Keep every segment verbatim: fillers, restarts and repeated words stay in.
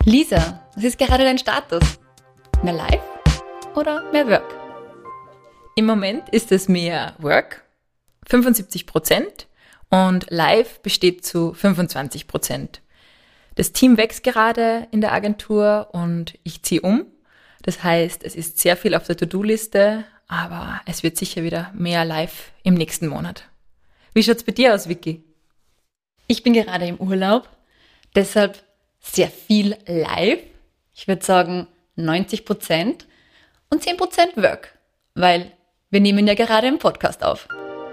Lisa, was ist gerade dein Status? Mehr Live oder mehr Work? Im Moment ist es mehr Work, fünfundsiebzig Prozent, und Live besteht zu fünfundzwanzig Prozent. Das Team wächst gerade in der Agentur und ich ziehe um. Das heißt, es ist sehr viel auf der To-Do-Liste, aber es wird sicher wieder mehr Live im nächsten Monat. Wie schaut's bei dir aus, Vicky? Ich bin gerade im Urlaub, deshalb sehr viel Live. Ich würde sagen neunzig Prozent und zehn Prozent Work, weil wir nehmen ja gerade einen Podcast auf.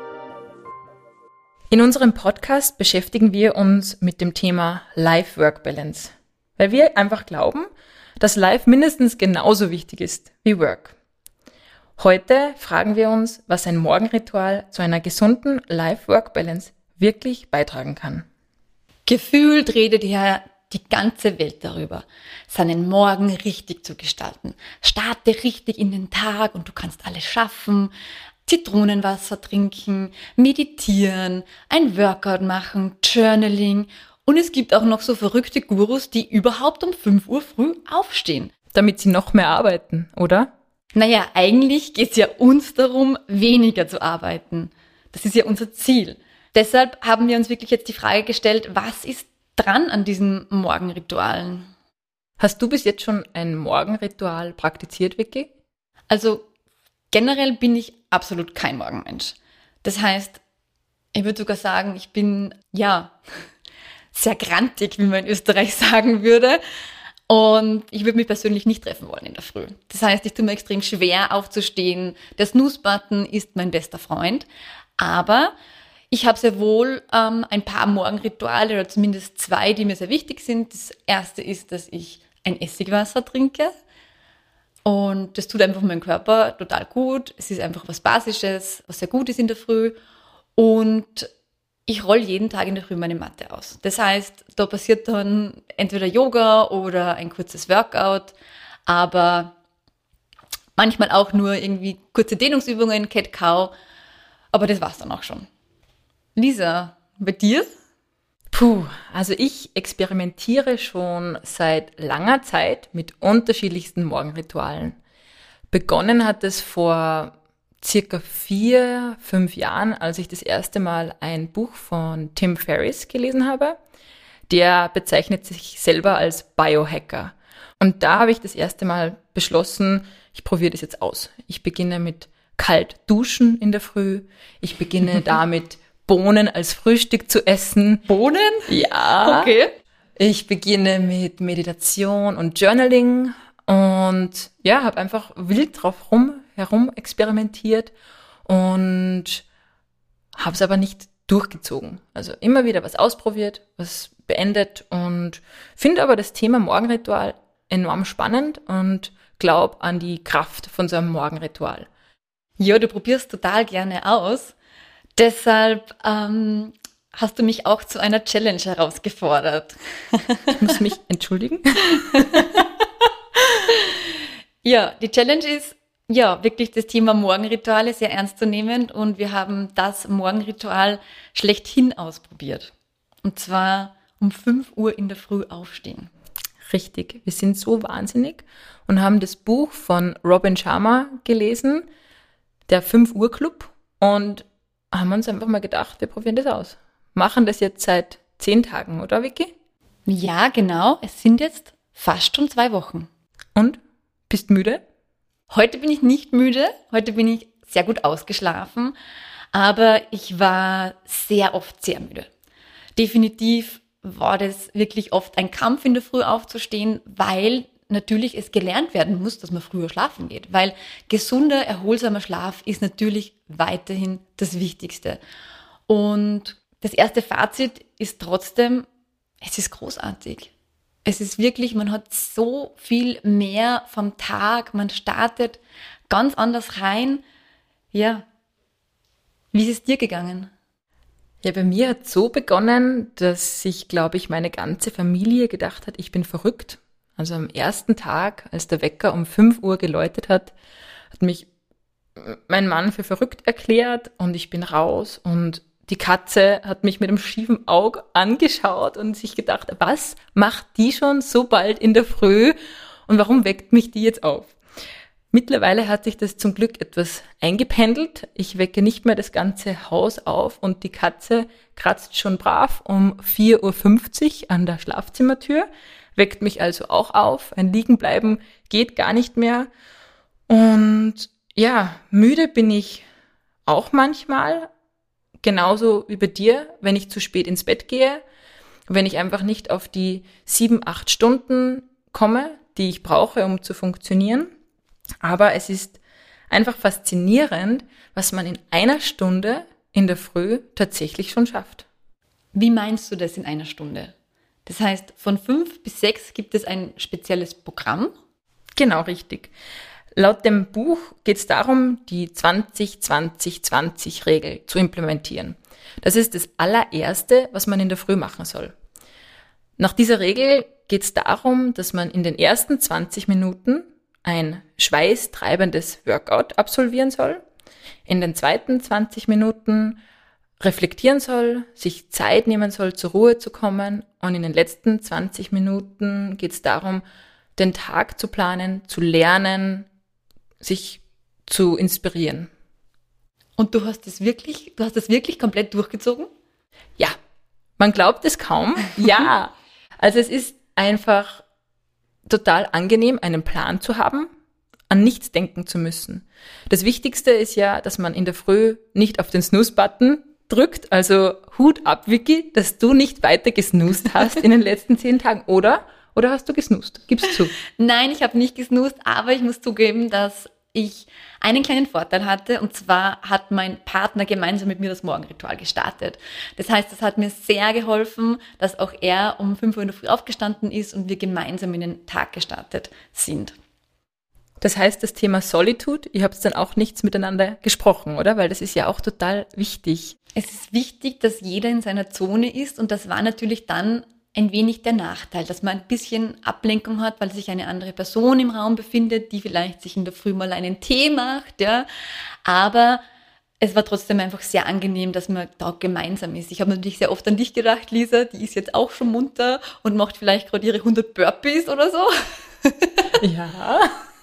In unserem Podcast beschäftigen wir uns mit dem Thema Life-Work-Balance, weil wir einfach glauben, dass Life mindestens genauso wichtig ist wie Work. Heute fragen wir uns, was ein Morgenritual zu einer gesunden Life-Work-Balance wirklich beitragen kann. Gefühlt redet ja die ganze Welt darüber, seinen Morgen richtig zu gestalten. Starte richtig in den Tag und du kannst alles schaffen. Zitronenwasser trinken, meditieren, ein Workout machen, Journaling. Und es gibt auch noch so verrückte Gurus, die überhaupt um fünf Uhr früh aufstehen. Damit sie noch mehr arbeiten, oder? Naja, eigentlich geht es ja uns darum, weniger zu arbeiten. Das ist ja unser Ziel. Deshalb haben wir uns wirklich jetzt die Frage gestellt, was ist dran an diesen Morgenritualen? Hast du bis jetzt schon ein Morgenritual praktiziert, Vicky? Also generell bin ich absolut kein Morgenmensch. Das heißt, ich würde sogar sagen, ich bin, ja, sehr grantig, wie man in Österreich sagen würde. Und ich würde mich persönlich nicht treffen wollen in der Früh. Das heißt, ich tue mir extrem schwer aufzustehen. Der Snooze-Button ist mein bester Freund. Aber ich habe sehr wohl ähm, ein paar Morgenrituale oder zumindest zwei, die mir sehr wichtig sind. Das erste ist, dass ich ein Essigwasser trinke. Und das tut einfach meinem Körper total gut. Es ist einfach was Basisches, was sehr gut ist in der Früh. Und ich rolle jeden Tag in der Früh meine Matte aus. Das heißt, da passiert dann entweder Yoga oder ein kurzes Workout, aber manchmal auch nur irgendwie kurze Dehnungsübungen, Cat-Cow. Aber das war's dann auch schon. Lisa, bei dir? Puh, also ich experimentiere schon seit langer Zeit mit unterschiedlichsten Morgenritualen. Begonnen hat es vor circa vier, fünf Jahren, als ich das erste Mal ein Buch von Tim Ferriss gelesen habe. Der bezeichnet sich selber als Biohacker. Und da habe ich das erste Mal beschlossen, ich probiere das jetzt aus. Ich beginne mit kalt duschen in der Früh. Ich beginne damit, Bohnen als Frühstück zu essen. Bohnen? Ja. Okay. Ich beginne mit Meditation und Journaling und ja, habe einfach wild drauf rum, herum experimentiert und habe es aber nicht durchgezogen. Also immer wieder was ausprobiert, was beendet und finde aber das Thema Morgenritual enorm spannend und glaube an die Kraft von so einem Morgenritual. Ja, du probierst total gerne aus. Deshalb ähm, hast du mich auch zu einer Challenge herausgefordert. Ich muss mich entschuldigen. Ja, die Challenge ist, ja, wirklich das Thema Morgenrituale sehr ernst zu nehmen und wir haben das Morgenritual schlechthin ausprobiert. Und zwar um fünf Uhr in der Früh aufstehen. Richtig, wir sind so wahnsinnig und haben das Buch von Robin Sharma gelesen, der fünf Uhr Club, und haben uns einfach mal gedacht, wir probieren das aus. Machen das jetzt seit zehn Tagen, oder Vicky? Ja, genau. Es sind jetzt fast schon zwei Wochen. Und? Bist müde? Heute bin ich nicht müde. Heute bin ich sehr gut ausgeschlafen. Aber ich war sehr oft sehr müde. Definitiv war das wirklich oft ein Kampf, in der Früh aufzustehen, weil natürlich es gelernt werden muss, dass man früher schlafen geht. Weil gesunder, erholsamer Schlaf ist natürlich weiterhin das Wichtigste. Und das erste Fazit ist trotzdem, es ist großartig. Es ist wirklich, man hat so viel mehr vom Tag, man startet ganz anders rein. Ja, wie ist es dir gegangen? Ja, bei mir hat es so begonnen, dass sich, glaube ich, meine ganze Familie gedacht hat, ich bin verrückt. Also am ersten Tag, als der Wecker um fünf Uhr geläutet hat, hat mich mein Mann für verrückt erklärt und ich bin raus und Die Katze hat mich mit einem schiefen Auge angeschaut und sich gedacht, was macht die schon so bald in der Früh und warum weckt mich die jetzt auf? Mittlerweile hat sich das zum Glück etwas eingependelt. Ich wecke nicht mehr das ganze Haus auf und die Katze kratzt schon brav um vier Uhr fünfzig an der Schlafzimmertür, weckt mich also auch auf. Ein Liegenbleiben geht gar nicht mehr. Und ja, müde bin ich auch manchmal, genauso wie bei dir, wenn ich zu spät ins Bett gehe, wenn ich einfach nicht auf die sieben, acht Stunden komme, die ich brauche, um zu funktionieren. Aber es ist einfach faszinierend, was man in einer Stunde in der Früh tatsächlich schon schafft. Wie meinst du das in einer Stunde? Das heißt, von fünf bis sechs gibt es ein spezielles Programm? Genau, richtig. Laut dem Buch geht es darum, die zwanzig zwanzig zwanzig Regel zu implementieren. Das ist das allererste, was man in der Früh machen soll. Nach dieser Regel geht es darum, dass man in den ersten zwanzig Minuten ein schweißtreibendes Workout absolvieren soll, in den zweiten zwanzig Minuten reflektieren soll, sich Zeit nehmen soll, zur Ruhe zu kommen und in den letzten zwanzig Minuten geht es darum, den Tag zu planen, zu lernen, sich zu inspirieren. Und du hast das wirklich, du hast das wirklich komplett durchgezogen? Ja, man glaubt es kaum. Ja, also es ist einfach total angenehm, einen Plan zu haben, an nichts denken zu müssen. Das Wichtigste ist ja, dass man in der Früh nicht auf den Snooze-Button drückt. Also Hut ab, Vicky, dass du nicht weiter gesnoost hast in den letzten zehn Tagen, oder? Oder hast du gesnoost? Gib's zu. Nein, ich habe nicht gesnoost, aber ich muss zugeben, dass ich einen kleinen Vorteil hatte, und zwar hat mein Partner gemeinsam mit mir das Morgenritual gestartet. Das heißt, es hat mir sehr geholfen, dass auch er um fünf Uhr in der Früh aufgestanden ist und wir gemeinsam in den Tag gestartet sind. Das heißt, das Thema Solitude, ihr habt dann auch nichts miteinander gesprochen, oder? Weil das ist ja auch total wichtig. Es ist wichtig, dass jeder in seiner Zone ist, und das war natürlich dann ein wenig der Nachteil, dass man ein bisschen Ablenkung hat, weil sich eine andere Person im Raum befindet, die vielleicht sich in der Früh mal einen Tee macht, ja. Aber es war trotzdem einfach sehr angenehm, dass man da gemeinsam ist. Ich habe natürlich sehr oft an dich gedacht, Lisa, die ist jetzt auch schon munter und macht vielleicht gerade ihre hundert Burpees oder so. Ja.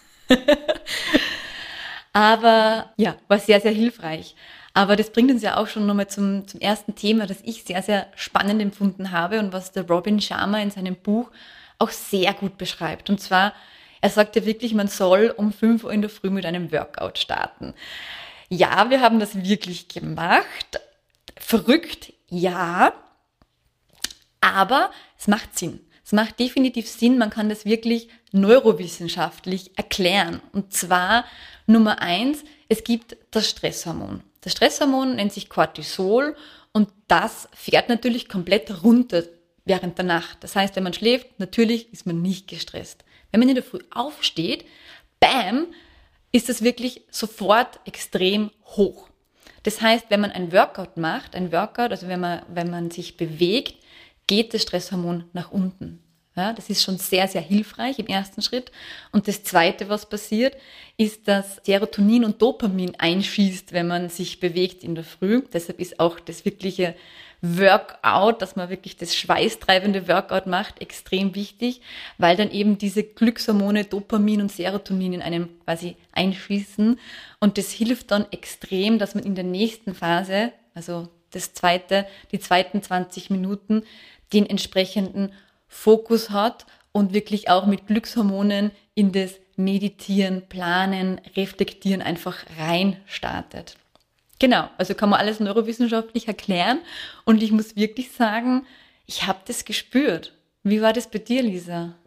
Aber ja, war sehr, sehr hilfreich. Aber das bringt uns ja auch schon nochmal zum, zum ersten Thema, das ich sehr, sehr spannend empfunden habe und was der Robin Sharma in seinem Buch auch sehr gut beschreibt. Und zwar, er sagt ja wirklich, man soll um fünf Uhr in der Früh mit einem Workout starten. Ja, wir haben das wirklich gemacht. Verrückt, ja. Aber es macht Sinn. Es macht definitiv Sinn, man kann das wirklich neurowissenschaftlich erklären. Und zwar Nummer eins, es gibt das Stresshormon. Das Stresshormon nennt sich Cortisol und das fährt natürlich komplett runter während der Nacht. Das heißt, wenn man schläft, natürlich ist man nicht gestresst. Wenn man in der Früh aufsteht, bam, ist das wirklich sofort extrem hoch. Das heißt, wenn man ein Workout macht, ein Workout, also wenn man, wenn man sich bewegt, geht das Stresshormon nach unten. Ja, das ist schon sehr, sehr hilfreich im ersten Schritt. Und das Zweite, was passiert, ist, dass Serotonin und Dopamin einschießt, wenn man sich bewegt in der Früh. Deshalb ist auch das wirkliche Workout, dass man wirklich das schweißtreibende Workout macht, extrem wichtig, weil dann eben diese Glückshormone Dopamin und Serotonin in einem quasi einschießen. Und das hilft dann extrem, dass man in der nächsten Phase, also das zweite, die zweiten zwanzig Minuten, den entsprechenden Fokus hat und wirklich auch mit Glückshormonen in das Meditieren, Planen, Reflektieren einfach rein startet. Genau, also kann man alles neurowissenschaftlich erklären und ich muss wirklich sagen, ich habe das gespürt. Wie war das bei dir, Lisa?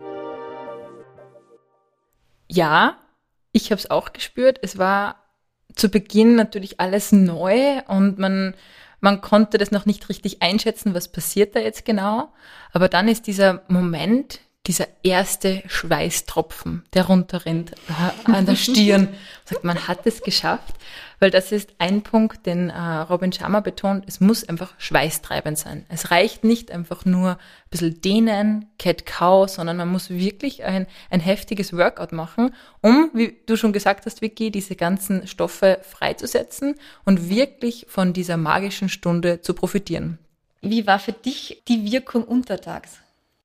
Ja, ich habe es auch gespürt. Es war zu Beginn natürlich alles neu und man Man konnte das noch nicht richtig einschätzen, was passiert da jetzt genau. Aber dann ist dieser Moment dieser erste Schweißtropfen, der runterrinnt äh, an der Stirn. Sagt, man hat es geschafft, weil das ist ein Punkt, den äh, Robin Sharma betont, es muss einfach schweißtreibend sein. Es reicht nicht einfach nur ein bisschen dehnen, Cat-Cow, sondern man muss wirklich ein, ein heftiges Workout machen, um, wie du schon gesagt hast, Vicky, diese ganzen Stoffe freizusetzen und wirklich von dieser magischen Stunde zu profitieren. Wie war für dich die Wirkung untertags?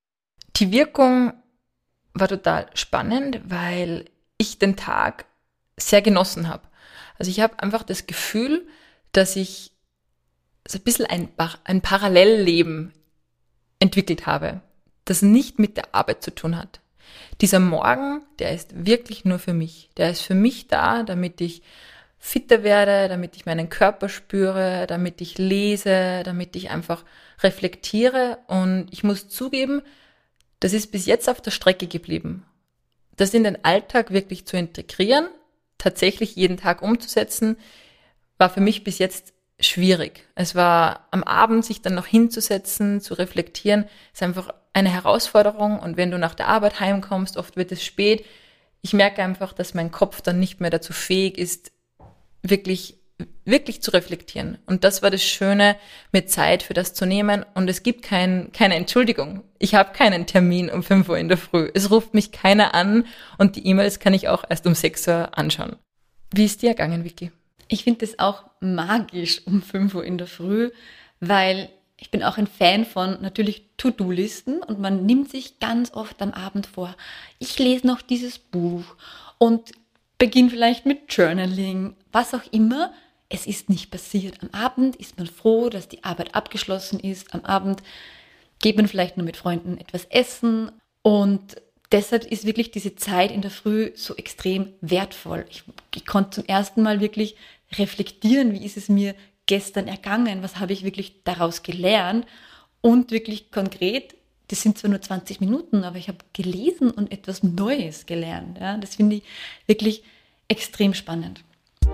Die Wirkung war total spannend, weil ich den Tag sehr genossen habe. Also ich habe einfach das Gefühl, dass ich so ein bisschen ein, ein Parallellleben entwickelt habe, das nicht mit der Arbeit zu tun hat. Dieser Morgen, der ist wirklich nur für mich. Der ist für mich da, damit ich fitter werde, damit ich meinen Körper spüre, damit ich lese, damit ich einfach reflektiere. Und ich muss zugeben, das ist bis jetzt auf der Strecke geblieben. Das in den Alltag wirklich zu integrieren, tatsächlich jeden Tag umzusetzen, war für mich bis jetzt schwierig. Es war am Abend, sich dann noch hinzusetzen, zu reflektieren, ist einfach eine Herausforderung. Und wenn du nach der Arbeit heimkommst, oft wird es spät. Ich merke einfach, dass mein Kopf dann nicht mehr dazu fähig ist, wirklich wirklich zu reflektieren. Und das war das Schöne, mir Zeit für das zu nehmen. Und es gibt kein, keine Entschuldigung. Ich habe keinen Termin um fünf Uhr in der Früh. Es ruft mich keiner an und die E-Mails kann ich auch erst um sechs Uhr anschauen. Wie ist dir ergangen, Vicky? Ich finde das auch magisch um fünf Uhr in der Früh, weil ich bin auch ein Fan von natürlich To-Do-Listen und man nimmt sich ganz oft am Abend vor, ich lese noch dieses Buch und beginne vielleicht mit Journaling, was auch immer. Es ist nicht passiert. Am Abend ist man froh, dass die Arbeit abgeschlossen ist. Am Abend geht man vielleicht nur mit Freunden etwas essen. Und deshalb ist wirklich diese Zeit in der Früh so extrem wertvoll. Ich, ich konnte zum ersten Mal wirklich reflektieren, wie ist es mir gestern ergangen, was habe ich wirklich daraus gelernt und wirklich konkret, das sind zwar nur zwanzig Minuten, aber ich habe gelesen und etwas Neues gelernt. Ja, das finde ich wirklich extrem spannend.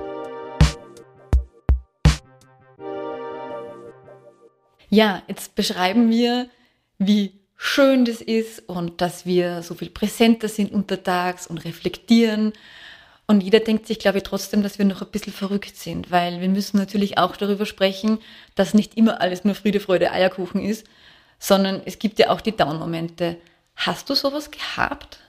Ja, jetzt beschreiben wir, wie schön das ist und dass wir so viel präsenter sind untertags und reflektieren. Und jeder denkt sich, glaube ich, trotzdem, dass wir noch ein bisschen verrückt sind, weil wir müssen natürlich auch darüber sprechen, dass nicht immer alles nur Friede, Freude, Eierkuchen ist, sondern es gibt ja auch die Down-Momente. Hast du sowas gehabt?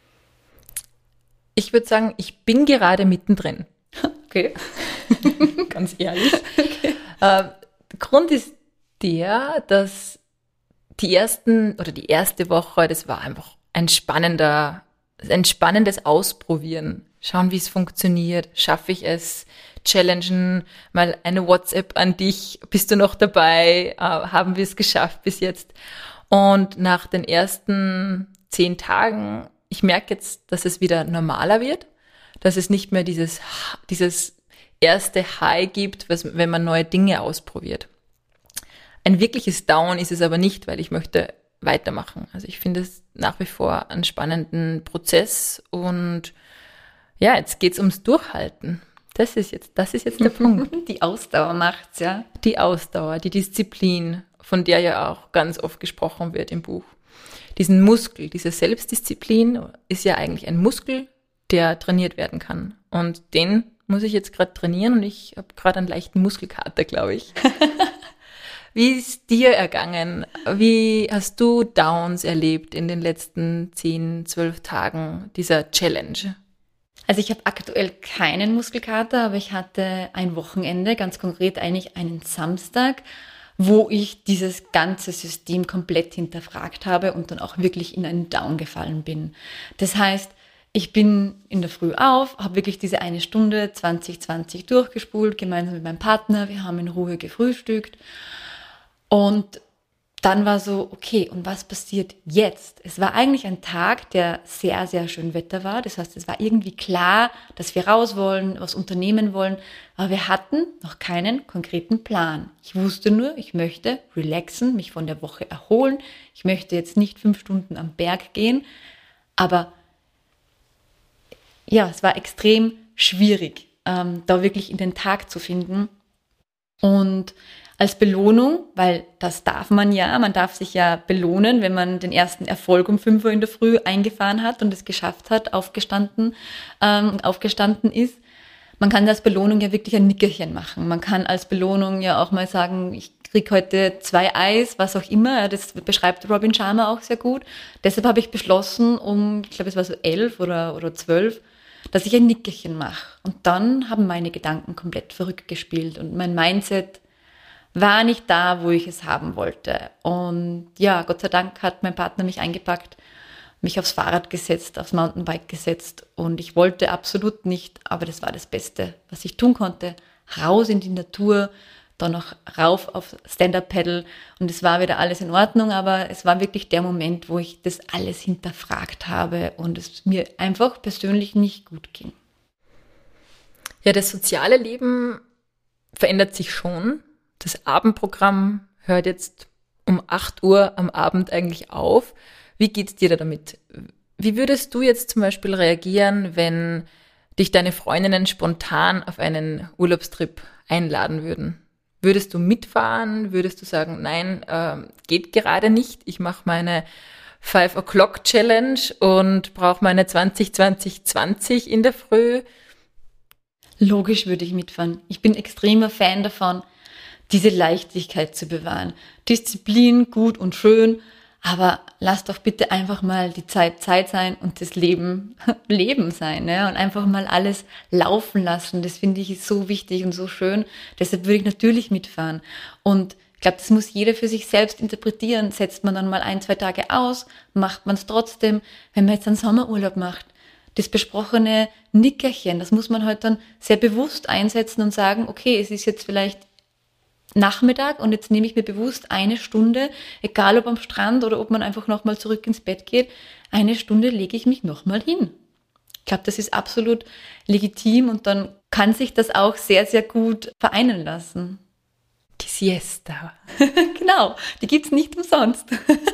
Ich würde sagen, ich bin gerade mittendrin. Okay. Ganz ehrlich. Okay. Äh, der Grund ist der, dass die ersten oder die erste Woche, das war einfach ein spannender, ein spannendes Ausprobieren. Schauen, wie es funktioniert. Schaffe ich es? Challengen, mal eine WhatsApp an dich. Bist du noch dabei? Äh, haben wir es geschafft bis jetzt? Und nach den ersten zehn Tagen, ich merke jetzt, dass es wieder normaler wird, dass es nicht mehr dieses, dieses erste High gibt, was, wenn man neue Dinge ausprobiert. Ein wirkliches Down ist es aber nicht, weil ich möchte weitermachen. Also ich finde es nach wie vor einen spannenden Prozess und ja, jetzt geht's ums Durchhalten. Das ist jetzt, das ist jetzt der Punkt. Die Ausdauer macht's, ja. Die Ausdauer, die Disziplin, von der ja auch ganz oft gesprochen wird im Buch. Diesen Muskel, diese Selbstdisziplin ist ja eigentlich ein Muskel, der trainiert werden kann. Und den muss ich jetzt gerade trainieren und ich habe gerade einen leichten Muskelkater, glaube ich. Wie ist dir ergangen? Wie hast du Downs erlebt in den letzten zehn, zwölf Tagen dieser Challenge? Also ich habe aktuell keinen Muskelkater, aber ich hatte ein Wochenende, ganz konkret eigentlich einen Samstag, wo ich dieses ganze System komplett hinterfragt habe und dann auch wirklich in einen Down gefallen bin. Das heißt, ich bin in der Früh auf, habe wirklich diese eine Stunde zwanzig zwanzig durchgespult, gemeinsam mit meinem Partner. Wir haben in Ruhe gefrühstückt. Und dann war so, okay, und was passiert jetzt? Es war eigentlich ein Tag, der sehr, sehr schön Wetter war. Das heißt, es war irgendwie klar, dass wir raus wollen, was unternehmen wollen. Aber wir hatten noch keinen konkreten Plan. Ich wusste nur, ich möchte relaxen, mich von der Woche erholen. Ich möchte jetzt nicht fünf Stunden am Berg gehen. Aber ja, es war extrem schwierig, ähm, da wirklich in den Tag zu finden. Und als Belohnung, weil das darf man ja, man darf sich ja belohnen, wenn man den ersten Erfolg um fünf Uhr in der Früh eingefahren hat und es geschafft hat, aufgestanden, ähm, aufgestanden ist. Man kann als Belohnung ja wirklich ein Nickerchen machen. Man kann als Belohnung ja auch mal sagen, ich krieg heute zwei Eis, was auch immer. Das beschreibt Robin Sharma auch sehr gut. Deshalb habe ich beschlossen, um, ich glaube, es war so elf oder, oder zwölf, dass ich ein Nickerchen mache. Und dann haben meine Gedanken komplett verrückt gespielt und mein Mindset war nicht da, wo ich es haben wollte. Und ja, Gott sei Dank hat mein Partner mich eingepackt, mich aufs Fahrrad gesetzt, aufs Mountainbike gesetzt. Und ich wollte absolut nicht, aber das war das Beste, was ich tun konnte. Raus in die Natur, dann noch rauf auf Stand-Up-Paddle. Und es war wieder alles in Ordnung, aber es war wirklich der Moment, wo ich das alles hinterfragt habe und es mir einfach persönlich nicht gut ging. Ja, das soziale Leben verändert sich schon. Das Abendprogramm hört jetzt um acht Uhr am Abend eigentlich auf. Wie geht's dir da damit? Wie würdest du jetzt zum Beispiel reagieren, wenn dich deine Freundinnen spontan auf einen Urlaubstrip einladen würden? Würdest du mitfahren? Würdest du sagen, nein, äh, geht gerade nicht. Ich mache meine Five O'Clock Challenge und brauche meine zwanzig zwanzig zwanzig in der Früh? Logisch würde ich mitfahren. Ich bin extremer Fan davon, diese Leichtigkeit zu bewahren. Disziplin, gut und schön, aber lass doch bitte einfach mal die Zeit Zeit sein und das Leben Leben sein, ne? Und einfach mal alles laufen lassen. Das finde ich ist so wichtig und so schön. Deshalb würde ich natürlich mitfahren. Und ich glaube, das muss jeder für sich selbst interpretieren. Setzt man dann mal ein, zwei Tage aus, macht man es trotzdem. Wenn man jetzt einen Sommerurlaub macht, das besprochene Nickerchen, das muss man halt dann sehr bewusst einsetzen und sagen, okay, es ist jetzt vielleicht Nachmittag und jetzt nehme ich mir bewusst eine Stunde, egal ob am Strand oder ob man einfach nochmal zurück ins Bett geht, eine Stunde lege ich mich nochmal hin. Ich glaube, das ist absolut legitim und dann kann sich das auch sehr, sehr gut vereinen lassen. Die Siesta. Genau, die gibt's nicht umsonst.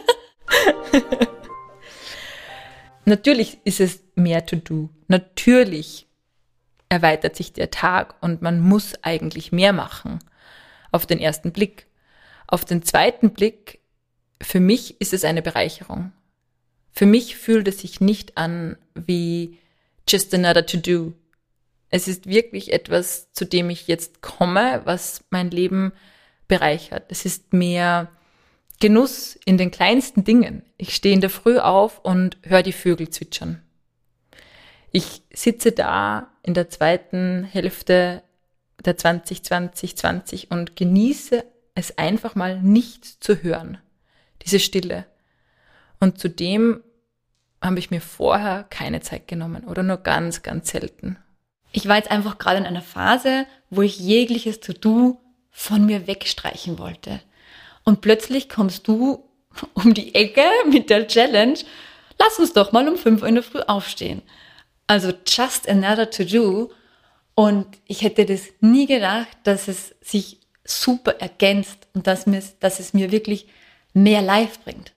Natürlich ist es mehr to do. Natürlich erweitert sich der Tag und man muss eigentlich mehr machen. Auf den ersten Blick. Auf den zweiten Blick, für mich ist es eine Bereicherung. Für mich fühlt es sich nicht an wie just another to-do. Es ist wirklich etwas, zu dem ich jetzt komme, was mein Leben bereichert. Es ist mehr Genuss in den kleinsten Dingen. Ich stehe in der Früh auf und höre die Vögel zwitschern. Ich sitze da in der zweiten Hälfte der zwanzig zwanzig zwanzig und genieße es einfach mal nicht zu hören, diese Stille. Und zudem habe ich mir vorher keine Zeit genommen oder nur ganz, ganz selten. Ich war jetzt einfach gerade in einer Phase, wo ich jegliches To-Do von mir wegstreichen wollte. Und plötzlich kommst du um die Ecke mit der Challenge, lass uns doch mal um fünf Uhr in der Früh aufstehen. Also just another To-Do. Und ich hätte das nie gedacht, dass es sich super ergänzt und dass, mir, dass es mir wirklich mehr Life bringt.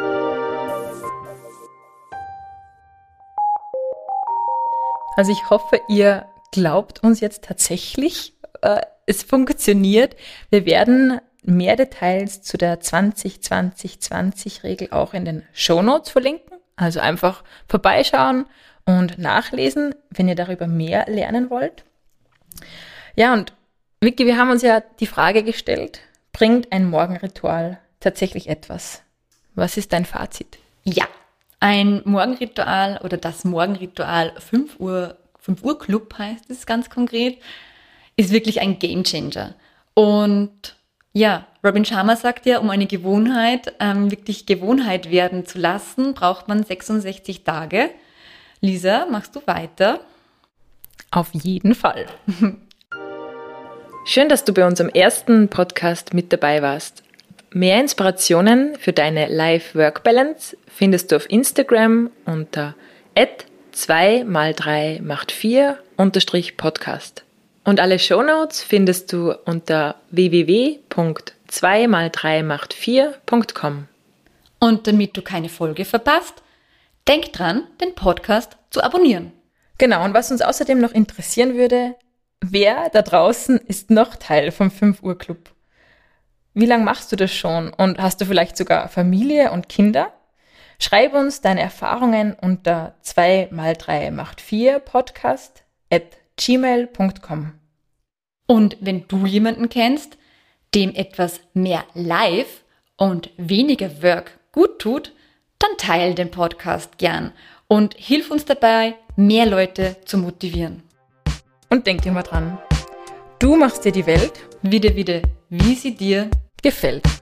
Also ich hoffe, ihr glaubt uns jetzt tatsächlich, äh, es funktioniert. Wir werden mehr Details zu der zwanzig zwanzig zwanzig Regel auch in den Shownotes verlinken. Also einfach vorbeischauen und nachlesen, wenn ihr darüber mehr lernen wollt. Ja, und Vicky, wir haben uns ja die Frage gestellt, bringt ein Morgenritual tatsächlich etwas? Was ist dein Fazit? Ja, ein Morgenritual oder das Morgenritual fünf Uhr, fünf Uhr Club heißt es ganz konkret, ist wirklich ein Gamechanger. Und ja, Robin Sharma sagt ja, um eine Gewohnheit ähm, wirklich Gewohnheit werden zu lassen, braucht man sechsundsechzig Tage. Lisa, machst du weiter? Auf jeden Fall. Schön, dass du bei unserem ersten Podcast mit dabei warst. Mehr Inspirationen für deine Life-Work-Balance findest du auf Instagram unter at zwei mal drei macht vier unterstrich Podcast. Und alle Shownotes findest du unter w w w punkt zwei mal drei macht vier punkt com. Und damit du keine Folge verpasst, denk dran, den Podcast zu abonnieren. Genau, und was uns außerdem noch interessieren würde, wer da draußen ist noch Teil vom fünf Uhr Club? Wie lange machst du das schon und hast du vielleicht sogar Familie und Kinder? Schreib uns deine Erfahrungen unter zwei mal drei macht vier podcast at gmail punkt com. Und wenn du jemanden kennst, dem etwas mehr Life und weniger Work gut tut, dann teile den Podcast gern und hilf uns dabei, mehr Leute zu motivieren. Und denk immer dran, du machst dir die Welt Wieder, wieder, wie sie dir gefällt.